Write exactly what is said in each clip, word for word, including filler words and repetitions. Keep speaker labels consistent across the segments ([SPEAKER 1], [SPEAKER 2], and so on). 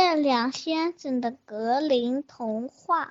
[SPEAKER 1] 月亮先生的格林童话。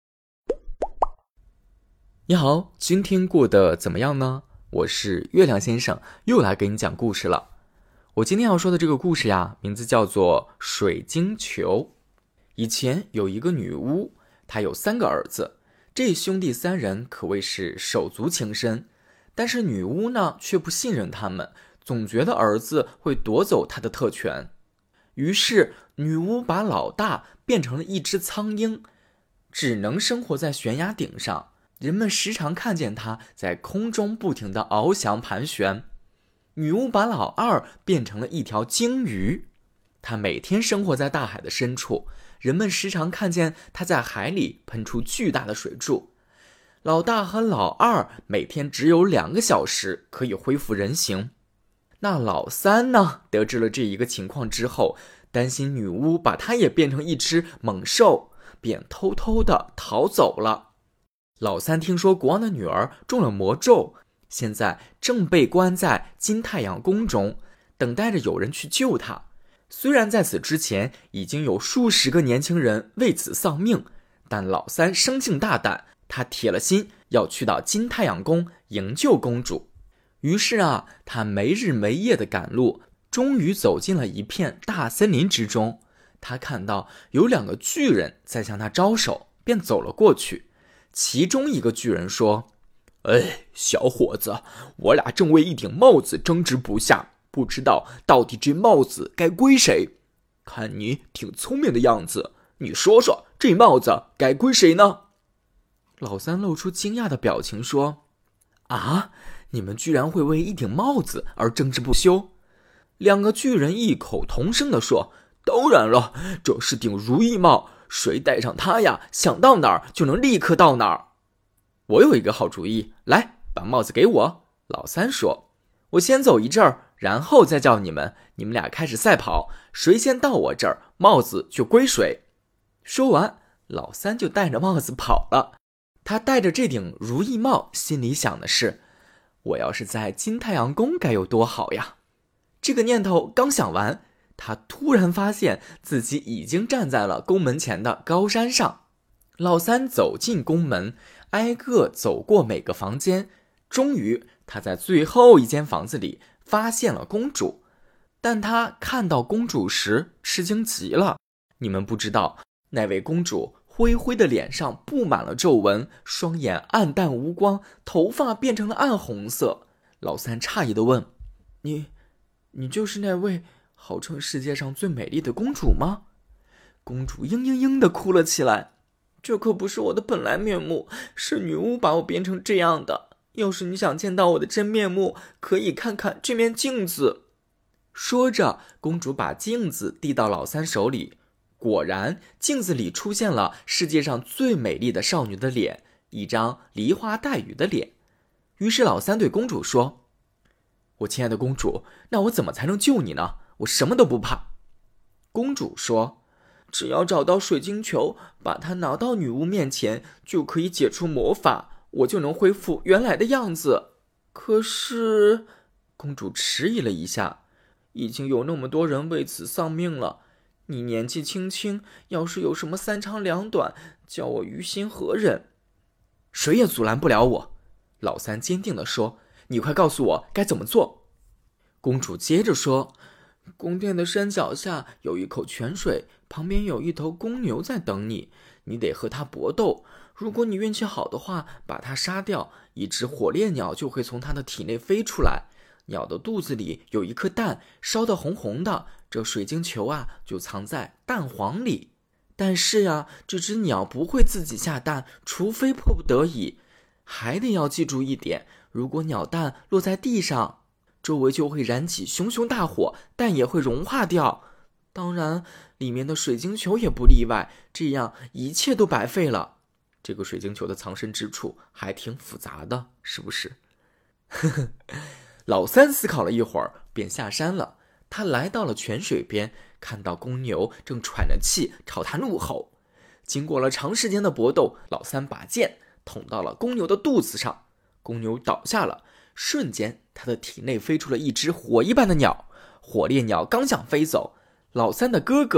[SPEAKER 2] 你好，今天过得怎么样呢？我是月亮先生，又来给你讲故事了。我今天要说的这个故事呀，名字叫做水晶球。以前有一个女巫，她有三个儿子，这兄弟三人可谓是手足情深。但是女巫呢，却不信任他们，总觉得儿子会夺走她的特权。于是女巫把老大变成了一只苍鹰，只能生活在悬崖顶上。人们时常看见它在空中不停地翱翔盘旋。女巫把老二变成了一条鲸鱼，它每天生活在大海的深处，人们时常看见它在海里喷出巨大的水柱。老大和老二每天只有两个小时可以恢复人形。那老三呢，得知了这一个情况之后，担心女巫把他也变成一只猛兽，便偷偷地逃走了。老三听说国王的女儿中了魔咒，现在正被关在金太阳宫中，等待着有人去救她。虽然在此之前已经有数十个年轻人为此丧命，但老三生性大胆，他铁了心要去到金太阳宫营救公主。于是啊，他没日没夜地赶路，终于走进了一片大森林之中。他看到有两个巨人在向他招手，便走了过去。其中一个巨人说：哎，小伙子，我俩正为一顶帽子争执不下，不知道到底这帽子该归谁。看你挺聪明的样子，你说说这帽子该归谁呢？老三露出惊讶的表情说：啊，你们居然会为一顶帽子而争执不休？两个巨人异口同声地说：当然了，这是顶如意帽，谁戴上它呀，想到哪儿就能立刻到哪儿。我有一个好主意，来，把帽子给我。老三说：我先走一阵儿，然后再叫你们，你们俩开始赛跑，谁先到我这儿，帽子就归谁。说完，老三就戴着帽子跑了。他戴着这顶如意帽，心里想的是：我要是在金太阳宫该有多好呀。这个念头刚想完，他突然发现自己已经站在了宫门前的高山上。老三走进宫门，挨个走过每个房间，终于他在最后一间房子里发现了公主。但他看到公主时吃惊极了。你们不知道，那位公主灰灰的脸上布满了皱纹，双眼暗淡无光，头发变成了暗红色。老三诧异地问：你你就是那位号称世界上最美丽的公主吗？公主嘤嘤嘤地哭了起来。这可不是我的本来面目，是女巫把我变成这样的。要是你想见到我的真面目，可以看看这面镜子。说着，公主把镜子递到老三手里。果然，镜子里出现了世界上最美丽的少女的脸，一张梨花带雨的脸。于是老三对公主说：我亲爱的公主，那我怎么才能救你呢？我什么都不怕。公主说：只要找到水晶球，把它拿到女巫面前，就可以解除魔法，我就能恢复原来的样子。可是，公主迟疑了一下，已经有那么多人为此丧命了，你年纪轻轻，要是有什么三长两短，叫我于心何忍？谁也阻拦不了我。老三坚定地说：你快告诉我该怎么做。公主接着说：宫殿的山脚下有一口泉水，旁边有一头公牛在等你，你得和它搏斗。如果你运气好的话，把它杀掉，一只火烈鸟就会从它的体内飞出来。鸟的肚子里有一颗蛋，烧得红红的，这水晶球啊就藏在蛋黄里。但是啊，这只鸟不会自己下蛋，除非迫不得已。还得要记住一点，如果鸟蛋落在地上，周围就会燃起熊熊大火，蛋也会融化掉。当然，里面的水晶球也不例外，这样一切都白费了。这个水晶球的藏身之处还挺复杂的，是不是？老三思考了一会儿，便下山了。他来到了泉水边，看到公牛正喘着气朝他怒吼。经过了长时间的搏斗，老三把剑捅到了公牛的肚子上，公牛倒下了。瞬间，他的体内飞出了一只火一般的鸟。火烈鸟刚想飞走，老三的哥哥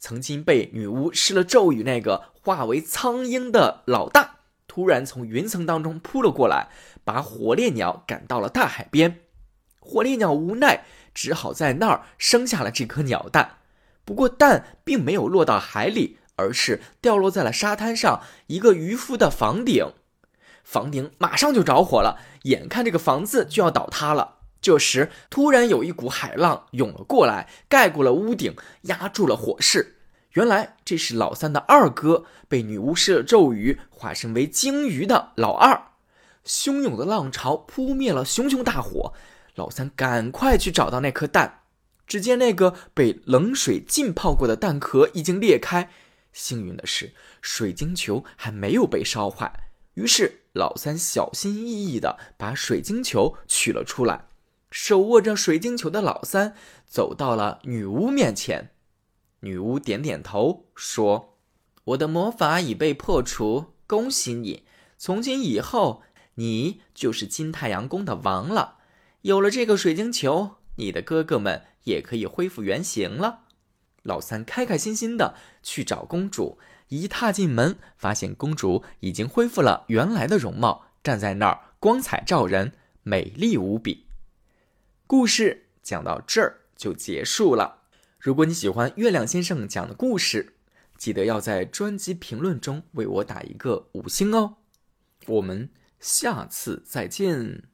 [SPEAKER 2] 曾经被女巫施了咒语那个化为苍鹰的老大，突然从云层当中扑了过来，把火烈鸟赶到了大海边。火烈鸟无奈，只好在那儿生下了这颗鸟蛋。不过蛋并没有落到海里，而是掉落在了沙滩上一个渔夫的房顶。房顶马上就着火了，眼看这个房子就要倒塌了。这时突然有一股海浪涌了过来，盖过了屋顶，压住了火势。原来这是老三的二哥，被女巫施了咒语，化身为鲸鱼的老二。汹涌的浪潮扑灭了熊熊大火，老三赶快去找到那颗蛋。只见那个被冷水浸泡过的蛋壳已经裂开，幸运的是水晶球还没有被烧坏。于是老三小心翼翼地把水晶球取了出来。手握着水晶球的老三走到了女巫面前。女巫点点头说：我的魔法已被破除，恭喜你，从今以后你就是金太阳宫的王了。有了这个水晶球，你的哥哥们也可以恢复原形了。老三开开心心的去找公主，一踏进门，发现公主已经恢复了原来的容貌，站在那儿光彩照人，美丽无比。故事讲到这儿就结束了。如果你喜欢月亮先生讲的故事，记得要在专辑评论中为我打一个五星哦。我们下次再见。